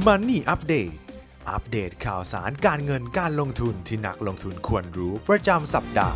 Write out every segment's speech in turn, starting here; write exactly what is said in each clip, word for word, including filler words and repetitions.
Money Update อัปเดตข่าวสารการเงินการลงทุนที่นักลงทุนควรรู้ประจำสัปดาห์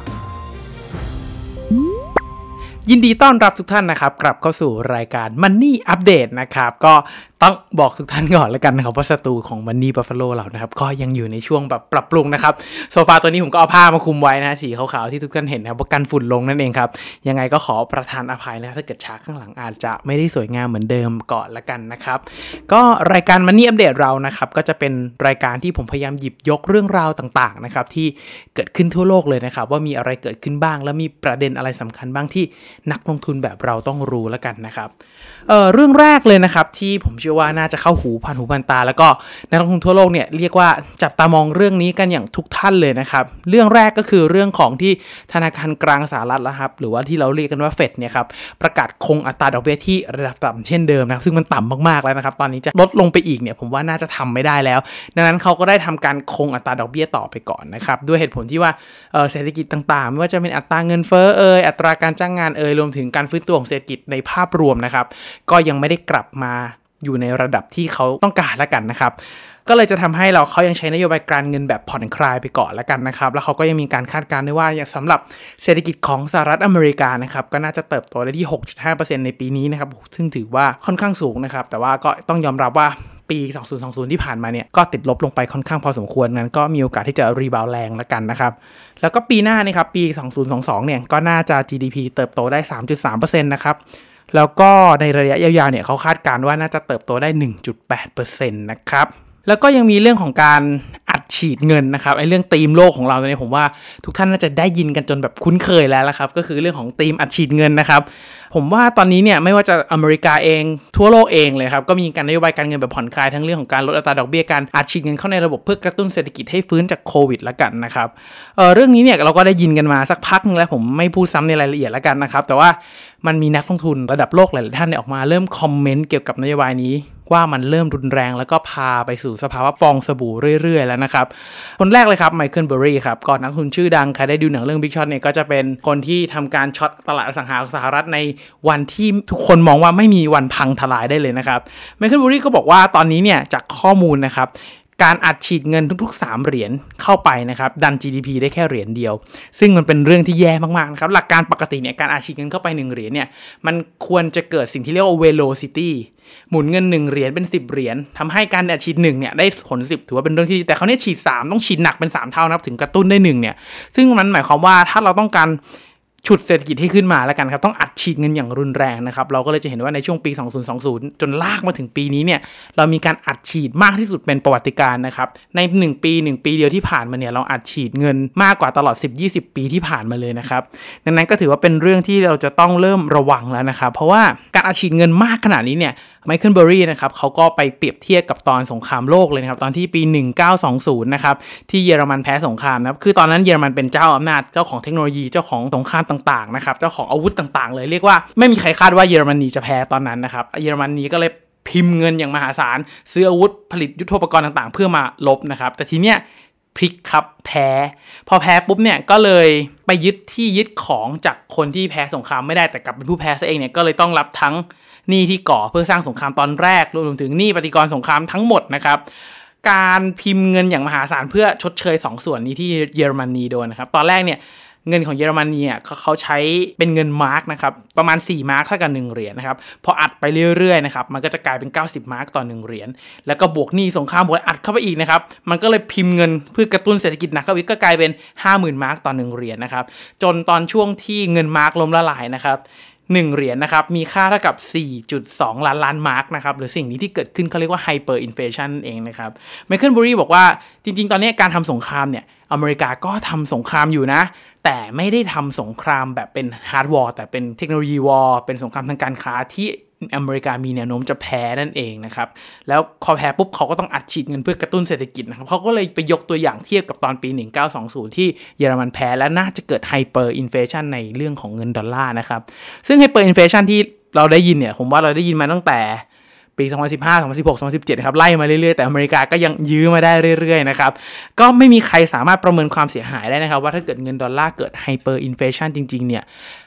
ยินดีต้อนรับทุกท่านนะครับกลับเข้าสู่รายการ Money Update นะครับก็ต้องบอกทุกท่านก่อนแล้วกันนะครับว่าสตูของ Money Buffalo เรานะครับก็ยังอยู่ในช่วงแบบปรับปรุงนะครับโซฟาตัวนี้ผมก็เอาผ้ามาคลุมไว้นะสีขาวๆที่ทุกท่านเห็นนะครับกันฝุ่นลงนั่นเองครับยังไงก็ขอประทานอภัยนะถ้าเกิดฉากข้างหลังอาจจะไม่ได้สวยงามเหมือนเดิมก่อนละกันนะครับก็รายการ Money Update เรานะครับก็จะเป็นรายการที่ผมพยายามหยิบยกเรื่องราวต่างๆนะครับที่เกิดขึ้นทั่วโลกเลยนะครับว่ามีอะไรเกิดขึ้นบ้างแล้วมีประเด็นอะไรสำคัญบ้างที่นักลงทุนแบบเราต้องรู้ละกันนะครับเอ่อเรื่องแรกเลยนะครับที่ผมเชื่อว่าน่าจะเข้าหูผ่านหูผ่านตาแล้วก็นักลงทุนทั่วโลกเนี่ยเรียกว่าจับตามองเรื่องนี้กันอย่างทุกท่านเลยนะครับเรื่องแรกก็คือเรื่องของที่ธนาคารกลางสหรัฐนะครับหรือว่าที่เราเรียกกันว่าเฟดเนี่ยครับประกาศคงอัตราดอกเบี้ยที่ระดับต่ำเช่นเดิมนะซึ่งมันต่ำมากๆแล้วนะครับตอนนี้จะลดลงไปอีกเนี่ยผมว่าน่าจะทำไม่ได้แล้วดังนั้นเขาก็ได้ทำการคงอัตราดอกเบี้ยต่อไปก่อนนะครับด้วยเหตุผลที่ว่าเอ่อเศรษฐกิจต่างๆไม่ว่าจะเป็นอัตราเงินเฟ้อเอ่ยอัตราการจ้างงานเอ่ยรวมถึงการฟื้นตัวของเศรษฐกิจในภาพรวมนะครับก็ยังไม่ได้กลับมาอยู่ในระดับที่เขาต้องการละกันนะครับก็เลยจะทำให้เราเขายังใช้นโยบายการเงินแบบผ่อนคลายไปก่อนละกันนะครับแล้วเขาก็ยังมีการคาดการณ์ด้วยว่าอย่างสำหรับเศรษฐกิจของสหรัฐอเมริกานะครับก็น่าจะเติบโตได้ที่ หกจุดห้าเปอร์เซ็นต์ ในปีนี้นะครับซึ่งถือว่าค่อนข้างสูงนะครับแต่ว่าก็ต้องยอมรับว่าปีสองพันยี่สิบที่ผ่านมาเนี่ยก็ติดลบลงไปค่อนข้างพอสมควรนั้นก็มีโอกาสที่จะรีบาวด์แรงละกันนะครับแล้วก็ปีหน้านี่ครับปีสองพันยี่สิบสองเนี่ยก็น่าจะ จี ดี พี เติบโตได้ สามจุดสามเปอร์เซ็นต์ นะครับแล้วก็ในระยะยาวๆเนี่ยเขาคาดการณ์ว่าน่าจะเติบโตได้ หนึ่งจุดแปดเปอร์เซ็นต์ นะครับแล้วก็ยังมีเรื่องของการอัดฉีดเงินนะครับไอ้เรื่องธีมโลกของเราเนี่ยผมว่าทุกท่านน่าจะได้ยินกันจนแบบคุ้นเคยแล้วละครับก็คือเรื่องของธีมอัดฉีดเงินนะครับผมว่าตอนนี้เนี่ยไม่ว่าจะอเมริกาเองทั่วโลกเองเลยครับก็มีการนโยบายการเงินแบบผ่อนคลายทั้งเรื่องของการลดอัตราดอกเบี้ยการอัดฉีดเงินเข้าในระบบเพื่อกระตุ้นเศรษฐกิจให้ฟื้นจากโควิดละกันนะครับเอ่อเรื่องนี้เนี่ยเราก็ได้ยินกันมาสักพักนึงแล้วผมไม่พูดซ้ำในรายละเอียดละกันนะครับแต่ว่ามันมีนักลงทุนระดับโลกหลายๆท่านเนี่ยออกมาเริ่มคอมเมนต์เกี่ยวกับนโยบายนี้ว่ามันเริ่มรุนแรงแล้วก็พาไปสู่สภาวะฟองสบู่เรื่อยๆแล้วนะครับคนแรกเลยครับไมเคิลเบอร์รี่ครับก่อนนักทุนชื่อดังใครได้ดูหนังเรื่อง Big Short เนี่ยก็จะเป็นคนที่ทำการช็อตตลาดอสังหาสหรัฐในวันที่ทุกคนมองว่าไม่มีวันพังทลายได้เลยนะครับไมเคิลเบอร์รี่ก็บอกว่าตอนนี้เนี่ยจากข้อมูลนะครับการอัดฉีดเงินทุกๆสามเหรียญเข้าไปนะครับดัน จี ดี พี ได้แค่เหรียญเดียวซึ่งมันเป็นเรื่องที่แย่มากๆนะครับหลักการปกติเนี่ยการอัดฉีดเงินเข้าไปหนึ่งเหรียญเนี่ยมันควรจะเกิดสิ่งที่เรียกว่า velocity หมุนเงินหนึ่งเหรียญเป็นสิบเหรียญทำให้การอัดฉีดหนึ่งเนี่ยได้ผลสิบถือว่าเป็นเรื่องที่ดีแต่เขาเนี่ยฉีดสามต้องฉีดหนักเป็นสามเท่านะครับถึงกระตุ้นได้หนึ่งเนี่ยซึ่งมันหมายความว่าถ้าเราต้องการฉุดเศรษฐกิจให้ขึ้นมาแล้วกันครับต้องอัดฉีดเงินอย่างรุนแรงนะครับเราก็เลยจะเห็นว่าในช่วงปีสองพันยี่สิบจนลากมาถึงปีนี้เนี่ยเรามีการอัดฉีดมากที่สุดเป็นประวัติการณ์นะครับในหนึ่งปีหนึ่งปีเดียวที่ผ่านมาเนี่ยเราอัดฉีดเงินมากกว่าตลอด สิบถึงยี่สิบ ปีที่ผ่านมาเลยนะครับดังนั้นก็ถือว่าเป็นเรื่องที่เราจะต้องเริ่มระวังแล้วนะครับเพราะว่าการอัดฉีดเงินมากขนาดนี้เนี่ยไมเคิลเบอร์รี่นะครับเขาก็ไปเปรียบเทียบกับตอนสงครามโลกเลยนะครับตอนที่ปีหนึ่งพันเก้าร้อยยี่สิบนะครับที่เยอรมันแพ้สงครามนะครับคือตอนนั้นเยอรมันเป็นเจ้าอำนาจเจ้าของเทคโนโลยีเจ้าของสงครามต่างๆนะครับเจ้าของอาวุธต่างๆเลยเรียกว่าไม่มีใครคาดว่าเยอรมนีจะแพ้ตอนนั้นนะครับเยอรมนีก็เลยพิมพ์เงินอย่างมหาศาลซื้ออาวุธผลิตยุทโธปกรณ์ต่างๆเพื่อมาลบนะครับแต่ทีเนี้ยพลิกครับแพ้พอแพ้ปุ๊บเนี่ยก็เลยไปยึดที่ยึดของจากคนที่แพ้สงครามไม่ได้แต่กลับเป็นผู้แพ้ซะเองเนี่ยก็เลยต้องรับทั้งหนี้ที่ก่อเพื่อสร้างสงครามตอนแรกรวมถึงหนี้ปฏิกรณ์สงครามทั้งหมดนะครับการพิมพ์เงินอย่างมหาศาลเพื่อชดเชยสองส่วนนี้ที่เยอรมนีโดนนะครับตอนแรกเนี่ยเงินของเยอรมนีเนี่ยเขาใช้เป็นเงินมาร์กนะครับประมาณสี่มาร์กเท่ากับหนึ่งเหรียญนะครับพออัดไปเรื่อยๆนะครับมันก็จะกลายเป็นเก้าสิบมาร์กต่อหนึ่งเหรียญแล้วก็บวกหนี้สงครามบวกอัดเข้าไปอีกนะครับมันก็เลยพิมพ์เงินเพื่อกระตุ้นเศรษฐกิจหนักเข้าไปก็กลายเป็น ห้าหมื่น มาร์กต่อหนึ่งเหรียญนะครับจนตอนช่วงที่เงินมาร์กล้มละลายนะครับหนึ่งเหรียญนะครับมีค่าเท่ากับ สี่จุดสอง ล้านล้านมาร์กนะครับหรือสิ่งนี้ที่เกิดขึ้นเขาเรียกว่าไฮเปอร์อินเฟลชันเองนะครับไมเคิลเบอร์รี่บอกว่าจริงๆตอนนี้การทำสงครามเนี่ยอเมริกาก็ทำสงครามอยู่นะแต่ไม่ได้ทำสงครามแบบเป็นฮาร์ดวอร์แต่เป็นเทคโนโลยีวอร์เป็นสงครามทางการค้าที่อเมริกามีแนวโน้มจะแพ้นั่นเองนะครับแล้วพอแพ้ปุ๊บเขาก็ต้องอัดฉีดเงินเพื่อกระตุ้นเศรษฐกิจนะครับเขาก็เลยไปยกตัวอย่างเทียบกับตอนปีหนึ่งพันเก้าร้อยยี่สิบที่เยอรมันแพ้และน่าจะเกิดไฮเปอร์อินเฟลชันในเรื่องของเงินดอลลาร์นะครับซึ่งไฮเปอร์อินเฟลชันที่เราได้ยินเนี่ยผมว่าเราได้ยินมาตั้งแต่ปีสองพันสิบห้า สองพันสิบหก สองพันสิบเจ็ดครับไล่มาเรื่อยๆแต่อเมริกาก็ยังยื้อมาได้เรื่อยๆนะครับก็ไม่มีใครสามารถประเมินความเสียหายได้นะครับว่าถ้าเกิดเงินดอลลาร์เกิดไฮเปอร์อินเฟลชันจริงๆเนี่ย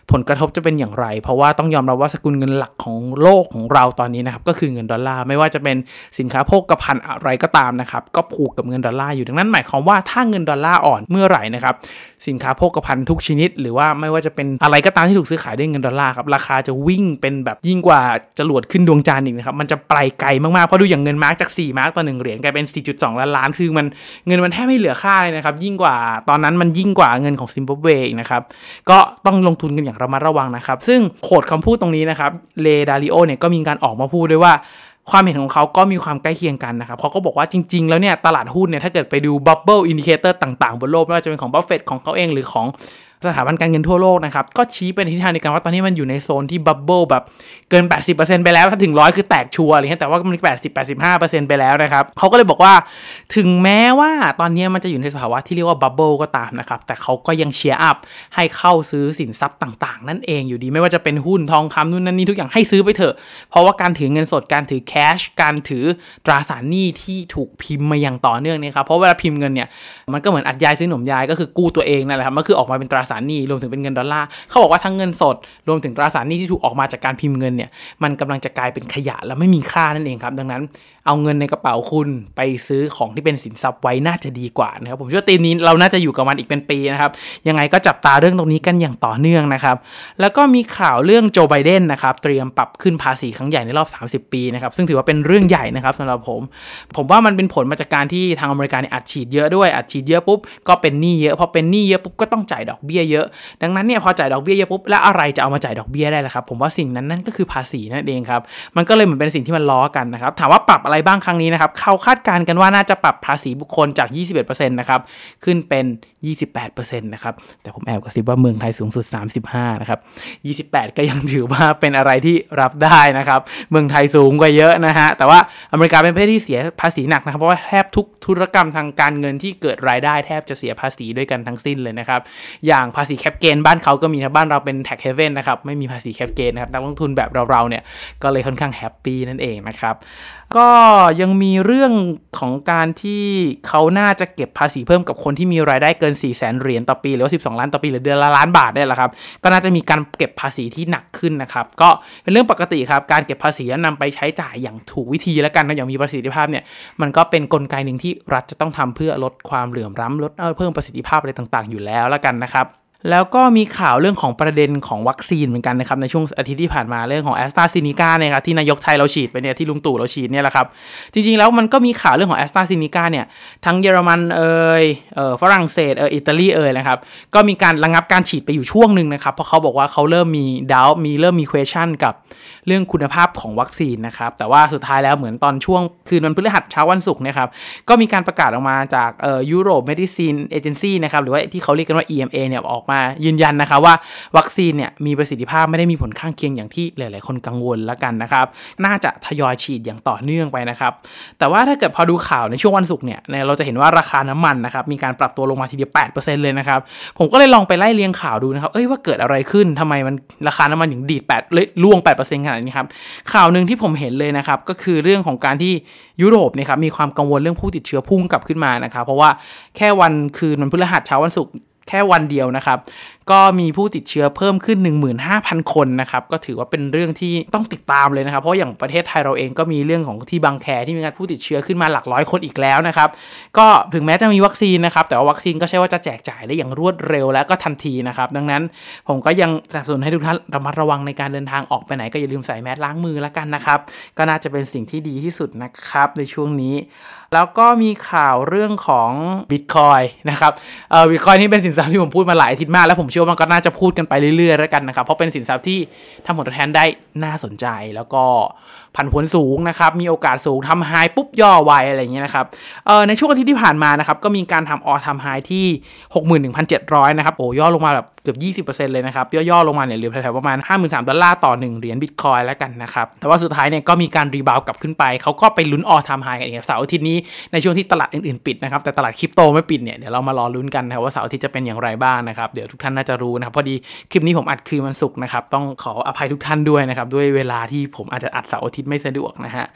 ผลกระทบจะเป็นอย่างไรเพราะว่าต้องยอมรับว่าสกุลเงินหลักของโลกของเราตอนนี้นะครับก็คือเงินดอลลาร์ไม่ว่าจะเป็นสินค้าโภคภัณฑ์อะไรก็ตามนะครับก็ผูกกับเงินดอลลาร์อยู่ดังนั้นหมายความว่าถ้าเงินดอลลาร์อ่อนเมื่อไหร่นะครับสินค้าโภคภัณฑ์ทุกชนิดหรือว่าไม่ว่าจะเป็นอะไรก็ตามที่ถูกซื้อขายด้วยเงินดอลลาร์ครับราคาจะวิ่งเป็นแบบยิ่งกว่าจรวดขึ้นดวงจันทร์อีกนะครับมันจะไปไกลมากๆเพราะดูอย่างเงินมาร์กจากสี่มาร์กต่อหนึ่งเหรียญกลายเป็น สี่จุดสอง ล้านล้านคือมันเงินมันแทบไม่เหลือค่าเลยนะครับยิ่งกว่าตอนนั้นมันยิ่งกว่าเงินของซิมบับเวอีกนะครับก็ต้องลงทุนกันอย่างระมัดระวังนะครับซึ่งโคดคำพูดตรงนี้นะครับเลดาริโอเนี่ยก็มีการออกมาพูดด้วยว่าความเห็นของเขาก็มีความใกล้เคียงกันนะครับเขาก็บอกว่าจริงๆแล้วเนี่ยตลาดหุ้นเนี่ยถ้าเกิดไปดูบับเบิลอินดิเคเตอร์ต่างๆบนโลกไม่ว่าจะเป็นของบัฟเฟตต์ของเขาเองหรือของสถาบันการเงินทั่วโลกนะครับก็ชี้เป็นทิศทางในการว่าตอนนี้มันอยู่ในโซนที่บับเบิลแบบเกิน แปดสิบเปอร์เซ็นต์ ไปแล้วถ้าถึงหนึ่งร้อยคือแตกชัวร์อะไรเงี้ยแต่ว่ามัน แปดสิบ แปดสิบห้าเปอร์เซ็นต์ ไปแล้วนะครับเขาก็เลยบอกว่าถึงแม้ว่าตอนนี้มันจะอยู่ในสภาวะที่เรียกว่าบับเบิลก็ตามนะครับแต่เขาก็ยังเชียร์อัพให้เข้าซื้อสินทรัพย์ต่างๆนั่นเองอยู่ดีไม่ว่าจะเป็นหุ้นทองคำนู่นนั่นนี่ทุกอย่างให้ซื้อไปเถอะเพราะว่าการถือเงินสดการถือแคชการถือตราสารหนี้ที่ถูกพิมพ์มาอย่างต่อเนื่องเนี่ยครับเพราะเวลาพิมพ์เงินเนี่ยมันก็เหมือนอัดยายซื้อหนมยายก็คือกู้ตัวเองนั่นแหละครับมันคือออกมาเป็นตราสารหนี้รวมถึงเป็นเงินดอลลาร์เขาบอกว่าทั้งเงินสดรวมถึงตราสารหนี้ที่ถูกออกมาจากการพิมพ์เงินเนี่ยมันกำลังจะกลายเป็นขยะและไม่มีค่านั่นเองครับดังนั้นเอาเงินในกระเป๋าคุณไปซื้อของที่เป็นสินทรัพย์ไว้น่าจะดีกว่านะครับผมเชื่อว่าธีมนี้เราน่าจะอยู่กับมันอีกเป็นปีนะครับยังไงก็จับตาเรื่องตรงนี้กันอย่างต่อเนื่องนะครับแล้วก็มีข่าวเรื่องโจไบเดนนะครับเตรียมปรับขึ้นภาษีครั้งใหญ่ในรอบสามสิบปีนะครับซึ่งถือว่าเป็นเรื่องใหญ่นะครับสำหรับผมผมว่ามันเป็นผลมาจากการที่ทางอเมริกาเนี่ยอัดฉีดเยอะด้วยอัดฉีดเยอะปุ๊บก็เป็นหนี้เยอะพอเป็นหนี้เยอะปุ๊บก็ต้องจ่ายดอกเบี้ยเยอะดังนั้นเนี่ยพอจ่ายดอกเบี้ยเยอะปุ๊บแล้วอะไรจะเอามาจ่ายดอกเบี้ยได้ล่ะครับผมว่าสิ่งนั้นนั่นก็คือภาษีนั่นเองครับมันก็เลยเหมือนเป็นสิ่งที่มันล้อกันนะครับถามว่าปรับอะไรบ้างครั้งนี้นะครับเขาคาดการณ์กันว่าน่าจะปรับภาษีบุคคลจาก ยี่สิบเอ็ดเปอร์เซ็นต์ นะครับขึ้นเป็น ยี่สิบแปดเปอร์เซ็นต์ นะครับแต่ผมแอบกระซิบว่าเมืองไทยสูงสุดสามสิบห้านะครับยี่สิบแปดก็ยังถือว่าเป็นอะไรที่รับได้นะครับเมืองไทยสูงกว่าเยอะนะฮะแต่ว่าอเมริกาเป็นประเทศที่เสียภาษีหนักนะครับเพราะว่าแทบทุกธุรกรรมทางการเงินที่เกิดรายได้แทบจะเสียภาษีด้วยกันทั้งสิ้นเลยนะครับอย่างภาษีแคปเกนบ้านเขาก็มีนะบ้านเราเป็น tax haven นะครับไม่มีภาษีแคปเกนนะครับนักลงทุนแบบเราๆเนี่ยก็เลยค่อนข้างแฮปปี้นั่นเองนะครับก็ยังมีเรื่องของการที่เขาน่าจะเก็บภาษีเพิ่มกับคนที่มีรายได้เกิน สี่แสน เหรียญต่อปีหรือว่าสิบสองล้านต่อปีหรือเดือนละล้านบาทได้แหละครับก็น่าจะมีการเก็บภาษีที่หนักขึ้นนะครับก็เป็นเรื่องปกติครับการเก็บภาษีนำไปใช้จ่ายอย่างถูกวิธีแล้วกันนะอย่างมีประสิทธิภาพเนี่ยมันก็เป็นกลไกหนึ่งที่รัฐจะต้องทำเพื่อลดความเหลื่อมล้ำลดเพิ่มประสิทธิภาพอะไรต่างๆอยู่แล้วแล้วกันนะครับแล้วก็มีข่าวเรื่องของประเด็นของวัคซีนเหมือนกันนะครับในช่วงอาทิตย์ที่ผ่านมาเรื่องของ AstraZeneca เนี่ยครับที่นายกไทยเราฉีดไปเนี่ยที่ลุงตู่เราฉีดเนี่ยแหละครับจริงๆแล้วมันก็มีข่าวเรื่องของ AstraZeneca เนี่ยทั้งเยอรมันเอ่ยเอ่อฝรั่งเศสเอ่ออิตาลีเอ่ยนะครับก็มีการระงับการฉีดไปอยู่ช่วงนึงนะครับเพราะเขาบอกว่าเขาเริ่มมีดาวมีเริ่มมี question กับเรื่องคุณภาพของวัคซีนนะครับแต่ว่าสุดท้ายแล้วเหมือนตอนช่วงคืนวันพฤหัสเช้าวันศุกร์นะครับก็มีการประกาศออกมาจากเอ่อ Europe Medicine Agency นะครับหรือว่าที่เขาเรียกกันว่า อี เอ็ม เอ เนี่ยออกมายืนยันนะครับว่าวัคซีนเนี่ยมีประสิทธิภาพไม่ได้มีผลข้างเคียงอย่างที่หลายๆคนกังวลแล้วกันนะครับน่าจะทยอยฉีดอย่างต่อเนื่องไปนะครับแต่ว่าถ้าเกิดพอดูข่าวในช่วงวันศุกร์เนี่ยเราจะเห็นว่าราคาน้ำมันนะครับมีการปรับตัวลงมาทีเดียว แปดเปอร์เซ็นต์ เลยนะครับผมก็เลยลองไปไล่เรียงข่าวดูนะครับเอ้ยว่าเกิดอะไรขึ้นทำไมมันราคาน้ำมันถึงดีดแปดเลยล่วง แปดเปอร์เซ็นต์ ขนาดนี้ครับข่าวนึงที่ผมเห็นเลยนะครับก็คือเรื่องของการที่ยุโรปเนี่ยครับมีความกังวลเรื่องผู้ติดเชื้อพุ่งกลับขึ้นมานะครับเพราะว่าแค่วันคืนวันพฤหัสเช้าวันศุกร์แค่วันเดียวนะครับก็มีผู้ติดเชื้อเพิ่มขึ้น หนึ่งหมื่นห้าพัน คนนะครับก็ถือว่าเป็นเรื่องที่ต้องติดตามเลยนะครับเพราะอย่างประเทศไทยเราเองก็มีเรื่องของที่บางแคที่มีการผู้ติดเชื้อขึ้นมาหลักร้อยคนอีกแล้วนะครับก็ถึงแม้จะมีวัคซีนนะครับแต่ว่าวัคซีนก็ใช่ว่าจะแจกจ่ายได้อย่างรวดเร็วและก็ทันทีนะครับดังนั้นผมก็ยังสนับสนุนให้ทุกท่านระมัดระวังในการเดินทางออกไปไหนก็อย่าลืมใส่แมสล้างมือแล้วกันนะครับก็น่าจะเป็นสิ่งที่ดีที่สุดนะครับในช่วงนี้แล้วก็มีข่าวเรื่องของ Bitcoin นะครับเอ่อ Bitcoin นี่เป็นสินทรัพย์ที่ผมพูดมาหลายอาทิตย์มากแล้วผมเชื่อว่ามันก็น่าจะพูดกันไปเรื่อยๆแล้วกันนะครับเพราะเป็นสินทรัพย์ที่ทำผลตอบแทนได้น่าสนใจแล้วก็ผันผวนสูงนะครับมีโอกาสสูงทำไฮปุ๊บย่อไวอะไรอย่างเงี้ยนะครับเอ่อในช่วงอาทิตย์ที่ผ่านมานะครับก็มีการทำออลไทม์ไฮที่ หกหมื่นหนึ่งพันเจ็ดร้อย นะครับโอ้ย่อลงมาแบบเกือบ ยี่สิบเปอร์เซ็นต์ เลยนะครับย่อๆลงมาเนี่ยเหลือแถวๆประมาณ ห้าหมื่นสามพัน ดอลลาร์ต่อหนึ่งเหรียญ Bitcoin แล้วกันนะครับแต่ว่าสุดท้ายเนี่ยก็มีการรีบาวด์กลับขึ้นไปเขาก็ไปลุ้นออลไทม์ไฮกันอีกเสาร์อาทิตย์นี้ในช่วงที่ตลาดอื่นๆปิดนะครับแต่ตลาดคริปโตไม่ปิดเนี่ยเดี๋ยวเรามารอลุ้นกันนะครับว่าเสาร์อาทิตย์จะเป็นอย่างไรบ้างนะครับเดี๋ยวทุกท่านน่าจะรู้นะครับพอดีคลิปนี้ผมอัดคืนวันศุกร์นะครับต้องขออภัยทุกท่านด้วยนะครับด้วยเวลาที่ผมอาจจะอัดเสาร์อาทิตย์ไม่สะดวกนะฮะ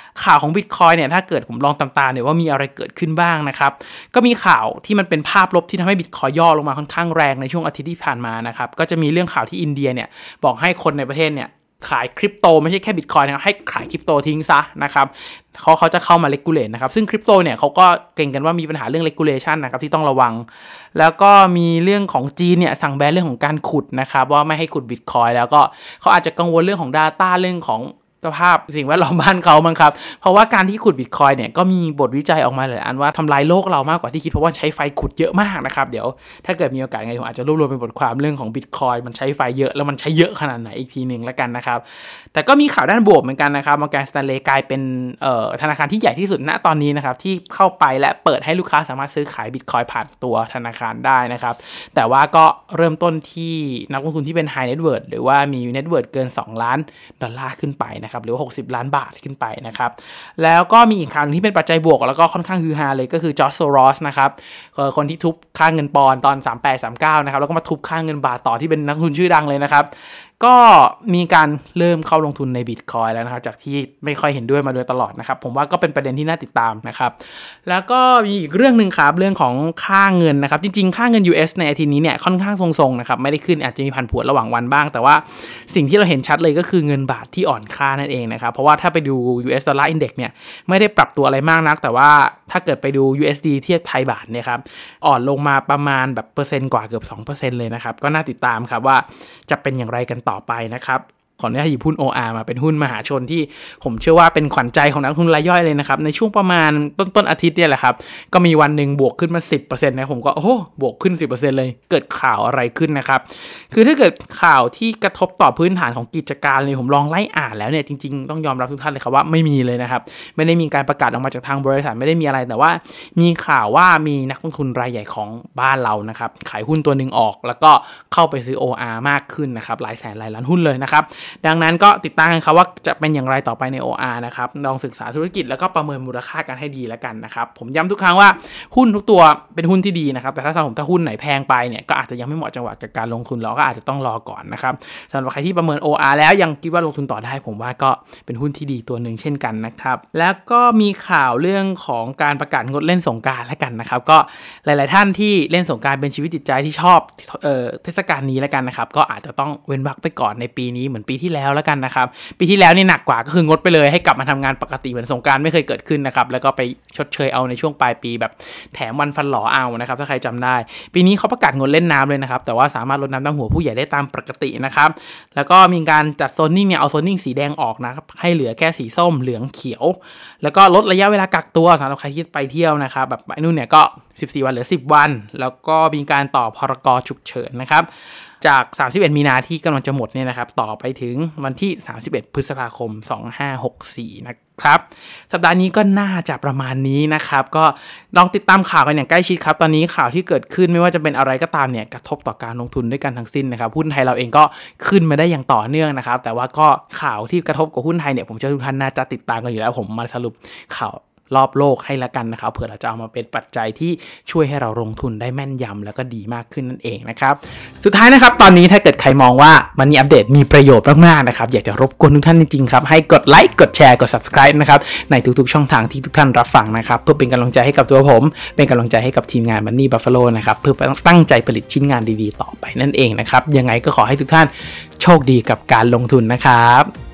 ข่าวของ Bitcoin เนี่ยถ้าเกิดผมลองตามๆเนี่ยว่ามีอะไรเกิดขึ้นบ้างนะครับก็มีข่าวที่มันเป็นภาพลบที่ทำให้ Bitcoin ย่อลงมาค่อนข้างแรงในช่วงอาทิตย์ที่ผ่านมานะครับก็จะมีเรื่องข่าวที่อินเดียเนี่ยบอกให้คนในประเทศเนี่ยขายคริปโตไม่ใช่แค่ Bitcoin นะให้ขายคริปโตทิ้งซะนะครับเขาเขาจะเข้ามา regulate นะครับซึ่งคริปโตเนี่ยเขาก็เก่งกันว่ามีปัญหาเรื่อง regulation นะครับที่ต้องระวังแล้วก็มีเรื่องของจีนเนี่ยสั่งแบนเรื่องของการขุดนะครับว่าไม่ให้ขุด Bitcoin แล้วก็เขาอาจจะกังวลเรื่องของ data เรื่องของสภาพสิ่งแวดล้อมบ้านเขามั้งครับเพราะว่าการที่ขุด Bitcoin เนี่ยก็มีบทวิจัยออกมาหลายอันว่าทำลายโลกเรามากกว่าที่คิดเพราะว่าใช้ไฟขุดเยอะมากนะครับเดี๋ยวถ้าเกิดมีโอกาสไงผมอาจจะรวบรวมเป็นบทความเรื่องของ Bitcoin มันใช้ไฟเยอะแล้วมันใช้เยอะขนาดไหนอีกทีนึงแล้วกันนะครับแต่ก็มีข่าวด้านบวกเหมือนกันนะครับ Morgan Stanley กลายเป็นเอ่อธนาคารที่ใหญ่ที่สุดณตอนนี้นะครับที่เข้าไปและเปิดให้ลูกค้าสามารถซื้อขาย Bitcoin ผ่านตัวธนาคารได้นะครับแต่ว่าก็เริ่มต้นที่นักลงทุนที่เป็น High Net Worth หรือว่ามี Net Worth เกินสองล้านดอลลาร์ขึ้นไปนะครับหรือว่าหกสิบล้านบาทขึ้นไปนะครับแล้วก็มีอีกข่าวที่เป็นปัจจัยบวกแล้วก็ค่อนข้างฮือฮาเลยก็คือจอร์จ โซรอสนะครับคนที่ทุบค่าเงินปอนด์ตอนสามแปด สามเก้านะครับแล้วก็มาทุบค่าเงินบาทต่อที่เป็นนักลงทุนชื่อดังเลยนะครับก็มีการเริ่มเข้าลงทุนใน Bitcoin แล้วนะครับจากที่ไม่ค่อยเห็นด้วยมาโดยตลอดนะครับผมว่าก็เป็นประเด็นที่น่าติดตามนะครับแล้วก็มีอีกเรื่องนึงครับเรื่องของค่าเงินนะครับจริงๆค่าเงิน ยู เอส ในอาทิตย์นี้เนี่ยค่อนข้างทรงๆนะครับไม่ได้ขึ้นอาจจะมีผันผวนระหว่างวันบ้างแต่ว่าสิ่งที่เราเห็นชัดเลยก็คือเงินบาทที่อ่อนค่านั่นเองนะครับเพราะว่าถ้าไปดู ยู เอส Dollar Index เนี่ยไม่ได้ปรับตัวอะไรมากนักแต่ว่าถ้าเกิดไปดู ยู เอส ดี เทียบไทยบาทเนี่ยครับอ่อนลงมาประมาณแบบเปอร์เซ็นต์กว่าเกือบ สองเปอร์เซ็นต์ เลยนะครับก็น่าติดตามครับว่าจะเป็นอย่างไรกันต่อไปนะครับขออนุญาตหยิบหุ้น โอ อาร์ มาเป็นหุ้นมหาชนที่ผมเชื่อว่าเป็นขวัญใจของนักลงทุนรายย่อยเลยนะครับในช่วงประมาณต้นต้นอาทิตย์เนี่ยแหละครับก็มีวันหนึ่งบวกขึ้นมา สิบเปอร์เซ็นต์ นะผมก็โอ้โหบวกขึ้น สิบเปอร์เซ็นต์ เลยเกิดข่าวอะไรขึ้นนะครับคือถ้าเกิดข่าวที่กระทบต่อพื้นฐานของกิจการเลยผมลองไล่อ่านแล้วเนี่ยจริงๆต้องยอมรับทุกท่านเลยครับว่าไม่มีเลยนะครับไม่ได้มีการประกาศออกมาจากทางบริษัทไม่ได้มีอะไรแต่ว่ามีข่าวว่ามีนักลงทุนรายใหญ่ของบ้านเรานะครับขายหุ้นตัวนึงออกแล้วก็เข้าไปซื้อ โอ อาร์ มากขึ้นนะครับหลายแสนหลายล้านหุ้นเลยนะครับดังนั้นก็ติดตามกันครับว่าจะเป็นอย่างไรต่อไปใน โอ อาร์ นะครับลองศึกษาธุรกิจแล้วก็ประเมินมูลค่ากันให้ดีแล้วกันนะครับผมย้ำทุกครั้งว่าหุ้นทุกตัวเป็นหุ้นที่ดีนะครับแต่ถ้าสำหรับผมถ้าหุ้นไหนแพงไปเนี่ยก็อาจจะยังไม่เหมาะจังหวะกับการลงทุนเราก็อาจจะต้องรอก่อนนะครับสำหรับใครที่ประเมิน โอ อาร์ แล้วยังคิดว่าลงทุนต่อได้ผมว่าก็เป็นหุ้นที่ดีตัวนึงเช่นกันนะครับแล้วก็มีข่าวเรื่องของการประกาศงดเล่นสงกรานต์แล้วกันนะครับก็หลายๆท่านที่เล่นสงกรานต์เป็นชีวิตจิตใจที่ชอบเอ่อเทศกาลนี้แล้วกันนะครับก็อาจจะต้องเว้นวรรคไปก่อนในปีนี้เหมือนปีที่แล้วแล้วกันนะครับปีที่แล้วนี่หนักกว่าก็คืองดไปเลยให้กลับมาทำงานปกติเหมือนสงกรานต์ไม่เคยเกิดขึ้นนะครับแล้วก็ไปชดเชยเอาในช่วงปลายปีแบบแถมวันฟันหล่อเอานะครับถ้าใครจำได้ปีนี้เขาประกาศงดเล่นน้ำเลยนะครับแต่ว่าสามารถรดน้ำดำหัวผู้ใหญ่ได้ตามปกตินะครับแล้วก็มีการจัดโซนนิ่งเนี่ยเอาโซนนิ่งสีแดงออกนะครับให้เหลือแค่สีส้มเหลืองเขียวแล้วก็ลดระยะเวลากักตัวสำหรับใครที่ไปเที่ยวนะครับแบบไอ้นู่นเนี่ยก็สิบสี่วันเหลือสิบวันแล้วก็มีการต่อพรกฉุกเฉินนะครับจากสามสิบเอ็ดมีนาที่กำลังจะหมดเนี่ยนะครับต่อไปถึงวันที่สามสิบเอ็ดพฤษภาคมสองพันห้าร้อยหกสิบสี่นะครับสัปดาห์นี้ก็น่าจะประมาณนี้นะครับก็ลองติดตามข่าวกันอย่างใกล้ชิดครับตอนนี้ข่าวที่เกิดขึ้นไม่ว่าจะเป็นอะไรก็ตามเนี่ยกระทบต่อการลงทุนด้วยกันทั้งสิ้นนะครับหุ้นไทยเราเองก็ขึ้นมาได้อย่างต่อเนื่องนะครับแต่ว่าก็ข่าวที่กระทบกับหุ้นไทยเนี่ยผมเชื่อทุกท่านน่าจะติดตามกันอยู่แล้วผมมาสรุปข่าวรอบโลกให้ละกันนะครับเผื่อเราจะเอามาเป็นปัจจัยที่ช่วยให้เราลงทุนได้แม่นยำแล้วก็ดีมากขึ้นนั่นเองนะครับสุดท้ายนะครับตอนนี้ถ้าเกิดใครมองว่ามันมีอัปเดตมีประโยชน์มากๆนะครับอยากจะรบกวนทุกท่านจริงๆครับให้กดไลค์กดแชร์กด Subscribe นะครับในทุกๆช่องทางที่ทุกท่านรับฟังนะครับเพื่อเป็นกำลังใจให้กับตัวผมเป็นกำลังใจให้กับทีมงาน Money Buffalo นะครับเพื่อตั้งใจผลิตชิ้นงานดีๆต่อไปนั่นเองนะครับยังไงก็ขอให้ทุกท่านโชคดีกับการลงทุนนะครับ